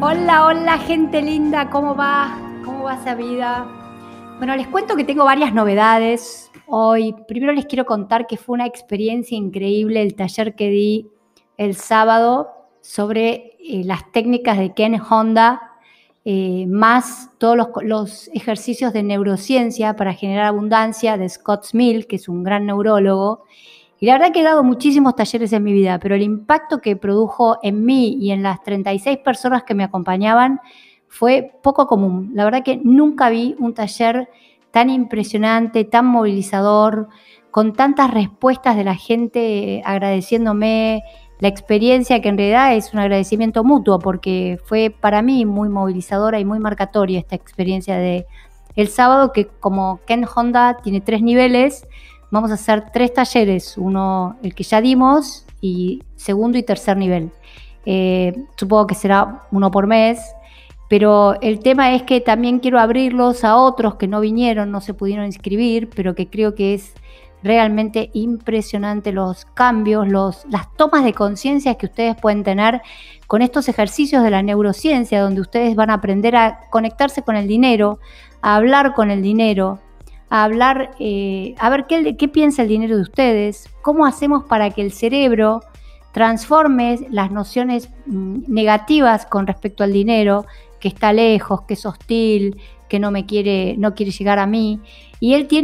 Hola, hola, gente linda, ¿cómo va? ¿Cómo va esa vida? Bueno, les cuento que tengo varias novedades hoy. Primero les quiero contar que fue una experiencia increíble el taller que di el sábado sobre las técnicas de Ken Honda, más todos los ejercicios de neurociencia para generar abundancia de Scott Smith, que es un gran neurólogo. Y la verdad que he dado muchísimos talleres en mi vida, pero el impacto que produjo en mí y en las 36 personas que me acompañaban fue poco común. La verdad que nunca vi un taller tan impresionante, tan movilizador, con tantas respuestas de la gente agradeciéndome la experiencia, que en realidad es un agradecimiento mutuo, porque fue para mí muy movilizadora y muy marcatoria esta experiencia de el sábado, que como Ken Honda tiene 3 niveles, vamos a hacer 3 talleres, uno el que ya dimos y segundo y tercer nivel. Supongo que será uno por mes, pero el tema es que también quiero abrirlos a otros que no vinieron, no se pudieron inscribir, pero que creo que es realmente impresionante los cambios, las tomas de conciencia que ustedes pueden tener con estos ejercicios de la neurociencia, donde ustedes van a aprender a conectarse con el dinero, a hablar con el dinero, a hablar, a ver qué piensa el dinero de ustedes, cómo hacemos para que el cerebro transforme las nociones negativas con respecto al dinero, que está lejos, que es hostil, que no quiere llegar a mí. Y él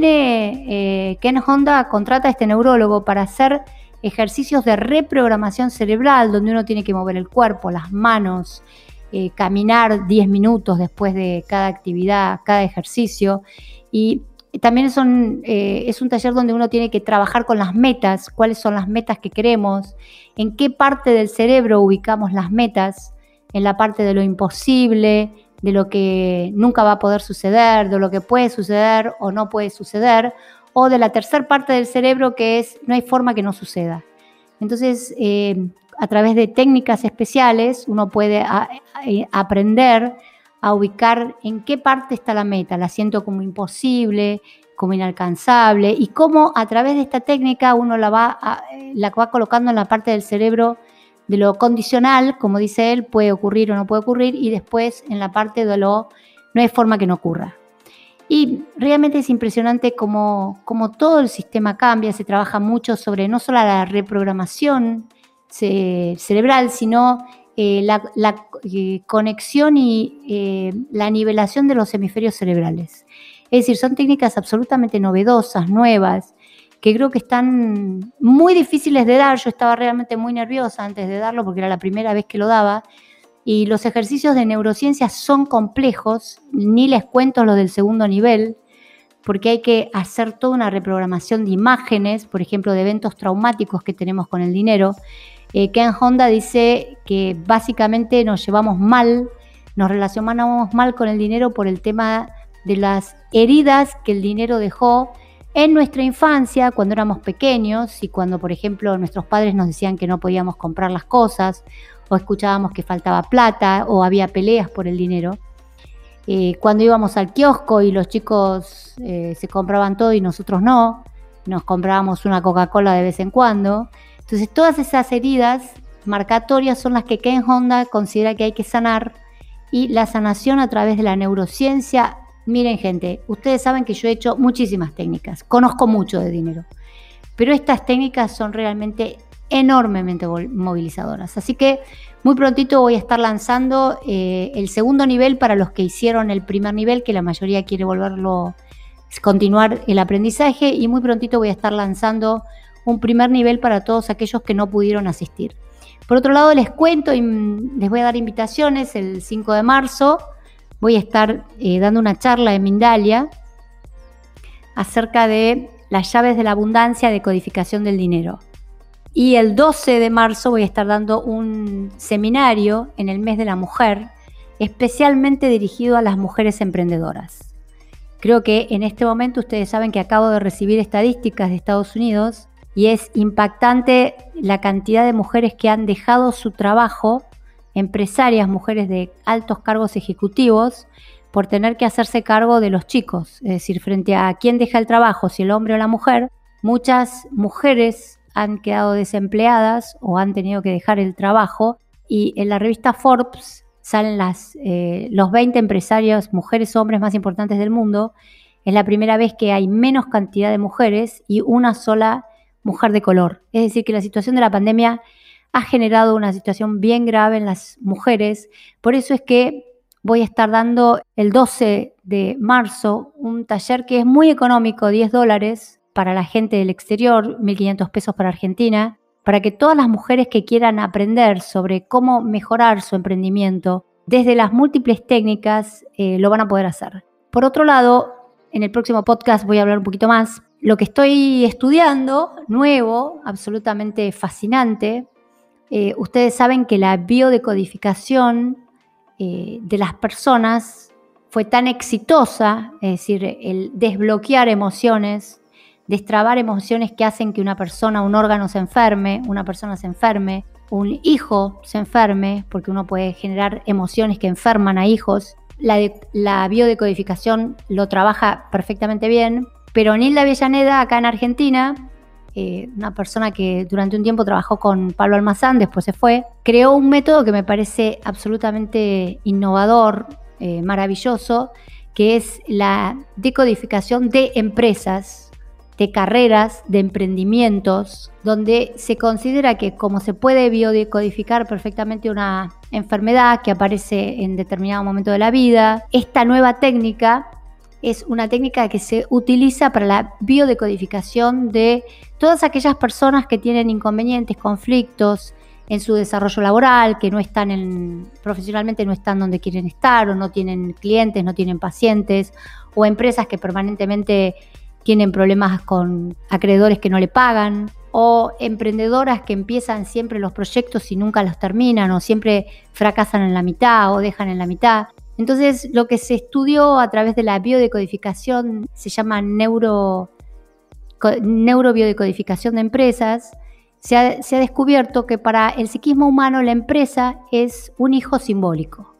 Ken Honda contrata a este neurólogo para hacer ejercicios de reprogramación cerebral, donde uno tiene que mover el cuerpo, las manos, caminar 10 minutos después de cada actividad, cada ejercicio. Y también es un taller donde uno tiene que trabajar con las metas, cuáles son las metas que queremos, en qué parte del cerebro ubicamos las metas, en la parte de lo imposible, de lo que nunca va a poder suceder, de lo que puede suceder o no puede suceder, o de la tercera parte del cerebro que es no hay forma que no suceda. Entonces, a través de técnicas especiales uno puede aprender a ubicar en qué parte está la meta, la siento como imposible, como inalcanzable, y cómo a través de esta técnica uno la va colocando en la parte del cerebro de lo condicional, como dice él, puede ocurrir o no puede ocurrir, y después en la parte de lo no hay forma que no ocurra. Y realmente es impresionante cómo todo el sistema cambia, se trabaja mucho sobre no solo la reprogramación cerebral, sino la conexión y la nivelación de los hemisferios cerebrales. Es decir, son técnicas absolutamente novedosas, nuevas, que creo que están muy difíciles de dar. Yo estaba realmente muy nerviosa antes de darlo porque era la primera vez que lo daba. Y los ejercicios de neurociencia son complejos, ni les cuento los del segundo nivel, porque hay que hacer toda una reprogramación de imágenes, por ejemplo, de eventos traumáticos que tenemos con el dinero. Ken Honda dice que básicamente nos relacionamos mal con el dinero por el tema de las heridas que el dinero dejó en nuestra infancia, cuando éramos pequeños y cuando, por ejemplo, nuestros padres nos decían que no podíamos comprar las cosas, o escuchábamos que faltaba plata, o había peleas por el dinero. Cuando íbamos al kiosco y los chicos se compraban todo y nosotros no, nos comprábamos una Coca-Cola de vez en cuando. Entonces, todas esas heridas marcatorias son las que Ken Honda considera que hay que sanar, y la sanación a través de la neurociencia. Miren, gente, ustedes saben que yo he hecho muchísimas técnicas, conozco mucho de dinero, pero estas técnicas son realmente enormemente movilizadoras. Así que muy prontito voy a estar lanzando el segundo nivel para los que hicieron el primer nivel, que la mayoría quiere continuar el aprendizaje, y muy prontito voy a estar lanzando un primer nivel para todos aquellos que no pudieron asistir. Por otro lado, les cuento y les voy a dar invitaciones. El 5 de marzo voy a estar dando una charla en Mindalia acerca de las llaves de la abundancia de codificación del dinero. Y el 12 de marzo voy a estar dando un seminario en el mes de la mujer, especialmente dirigido a las mujeres emprendedoras. Creo que en este momento ustedes saben que acabo de recibir estadísticas de Estados Unidos y es impactante la cantidad de mujeres que han dejado su trabajo, empresarias, mujeres de altos cargos ejecutivos, por tener que hacerse cargo de los chicos. Es decir, frente a quién deja el trabajo, si el hombre o la mujer, muchas mujeres han quedado desempleadas o han tenido que dejar el trabajo, y en la revista Forbes salen los 20 empresarios, mujeres o hombres más importantes del mundo. Es la primera vez que hay menos cantidad de mujeres y una sola mujer de color. Es decir, que la situación de la pandemia ha generado una situación bien grave en las mujeres. Por eso es que voy a estar dando el 12 de marzo un taller que es muy económico, $10 para la gente del exterior, 1.500 pesos para Argentina, para que todas las mujeres que quieran aprender sobre cómo mejorar su emprendimiento desde las múltiples técnicas lo van a poder hacer. Por otro lado, en el próximo podcast voy a hablar un poquito más. Lo que estoy estudiando, nuevo, absolutamente fascinante, ustedes saben que la biodecodificación de las personas fue tan exitosa, es decir, el desbloquear emociones, destrabar emociones que hacen que una persona, un órgano se enferme, una persona se enferme, un hijo se enferme, porque uno puede generar emociones que enferman a hijos. La biodecodificación lo trabaja perfectamente bien, pero Nilda Avellaneda, acá en Argentina, una persona que durante un tiempo trabajó con Pablo Almazán, después se fue, creó un método que me parece absolutamente innovador, maravilloso, que es la decodificación de empresas, de carreras, de emprendimientos, donde se considera que como se puede biodecodificar perfectamente una enfermedad que aparece en determinado momento de la vida, esta nueva técnica es una técnica que se utiliza para la biodecodificación de todas aquellas personas que tienen inconvenientes, conflictos en su desarrollo laboral, que no están profesionalmente no están donde quieren estar, o no tienen clientes, no tienen pacientes, o empresas que permanentemente tienen problemas con acreedores que no le pagan, o emprendedoras que empiezan siempre los proyectos y nunca los terminan, o siempre fracasan en la mitad o dejan en la mitad. Entonces, lo que se estudió a través de la biodecodificación se llama neurobiodecodificación de empresas. Se ha descubierto que para el psiquismo humano la empresa es un hijo simbólico.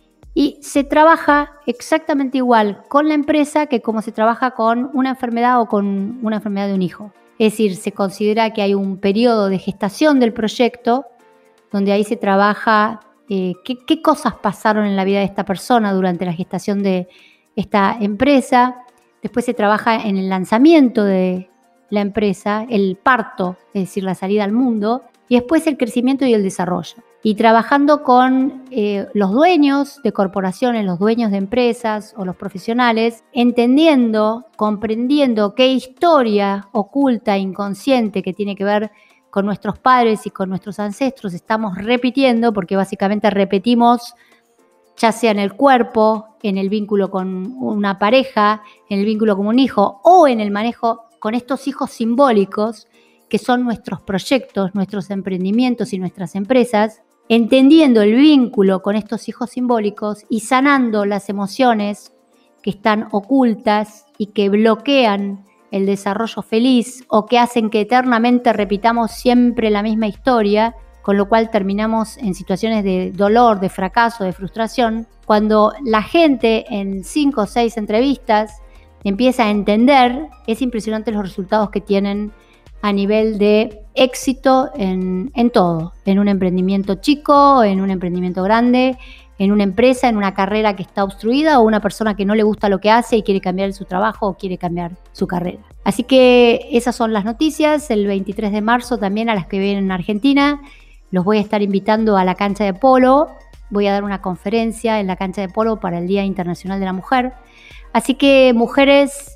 Y se trabaja exactamente igual con la empresa que como se trabaja con una enfermedad o con una enfermedad de un hijo. Es decir, se considera que hay un periodo de gestación del proyecto donde ahí se trabaja qué cosas pasaron en la vida de esta persona durante la gestación de esta empresa. Después se trabaja en el lanzamiento de la empresa, el parto, es decir, la salida al mundo, y después el crecimiento y el desarrollo. Y trabajando con los dueños de corporaciones, los dueños de empresas o los profesionales, entendiendo, comprendiendo qué historia oculta, inconsciente, que tiene que ver con nuestros padres y con nuestros ancestros estamos repitiendo, porque básicamente repetimos ya sea en el cuerpo, en el vínculo con una pareja, en el vínculo con un hijo o en el manejo con estos hijos simbólicos que son nuestros proyectos, nuestros emprendimientos y nuestras empresas, entendiendo el vínculo con estos hijos simbólicos y sanando las emociones que están ocultas y que bloquean el desarrollo feliz o que hacen que eternamente repitamos siempre la misma historia, con lo cual terminamos en situaciones de dolor, de fracaso, de frustración. Cuando la gente en 5 o 6 entrevistas empieza a entender, es impresionante los resultados que tienen a nivel de éxito en todo, en un emprendimiento chico, en un emprendimiento grande, en una empresa, en una carrera que está obstruida o una persona que no le gusta lo que hace y quiere cambiar su trabajo o quiere cambiar su carrera. Así que esas son las noticias. El 23 de marzo también a las que vienen en Argentina los voy a estar invitando a la cancha de polo. Voy a dar una conferencia en la cancha de polo para el Día Internacional de la Mujer. Así que, mujeres,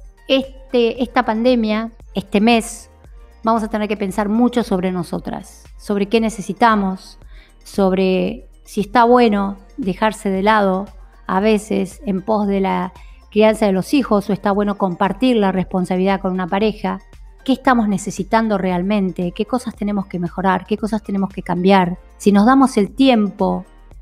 esta pandemia, este mes, vamos a tener que pensar mucho sobre nosotras, sobre qué necesitamos, sobre si está bueno dejarse de lado a veces en pos de la crianza de los hijos o está bueno compartir la responsabilidad con una pareja. ¿Qué estamos necesitando realmente? ¿Qué cosas tenemos que mejorar? ¿Qué cosas tenemos que cambiar? Si nos damos el tiempo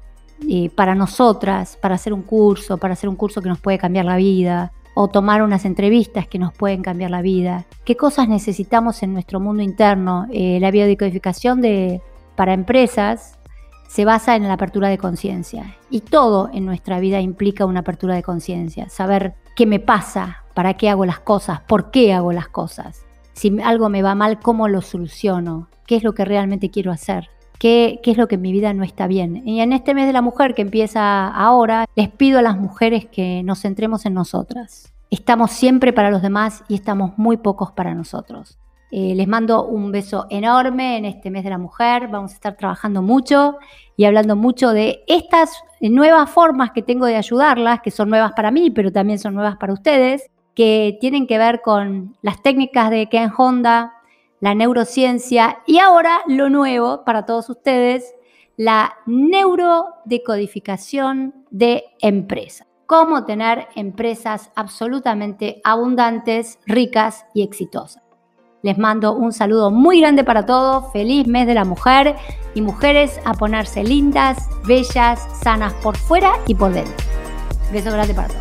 para nosotras, para hacer un curso que nos puede cambiar la vida, o tomar unas entrevistas que nos pueden cambiar la vida. ¿Qué cosas necesitamos en nuestro mundo interno? La biodecodificación para empresas se basa en la apertura de conciencia. Y todo en nuestra vida implica una apertura de conciencia. Saber qué me pasa, para qué hago las cosas, por qué hago las cosas. Si algo me va mal, ¿cómo lo soluciono? ¿Qué es lo que realmente quiero hacer? qué es lo que en mi vida no está bien. Y en este mes de la mujer que empieza ahora, les pido a las mujeres que nos centremos en nosotras. Estamos siempre para los demás y estamos muy pocos para nosotros. Les mando un beso enorme en este mes de la mujer. Vamos a estar trabajando mucho y hablando mucho de estas nuevas formas que tengo de ayudarlas, que son nuevas para mí, pero también son nuevas para ustedes, que tienen que ver con las técnicas de Ken Honda, la neurociencia y ahora lo nuevo para todos ustedes, la neurodecodificación de empresas. Cómo tener empresas absolutamente abundantes, ricas y exitosas. Les mando un saludo muy grande para todos. Feliz mes de la mujer y mujeres a ponerse lindas, bellas, sanas por fuera y por dentro. Beso grande para todos.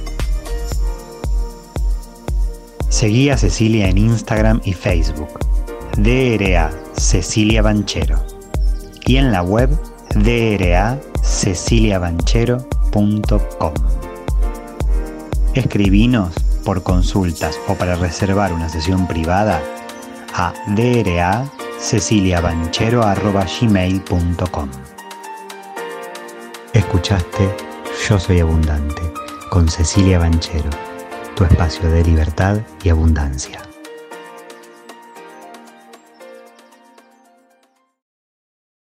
Seguí a Cecilia en Instagram y Facebook, DRA Cecilia Banchero, y en la web draceciliabanchero.com. Escribinos por consultas o para reservar una sesión privada a draceciliabanchero@gmail.com. Escuchaste Yo Soy Abundante con Cecilia Banchero, tu espacio de libertad y abundancia.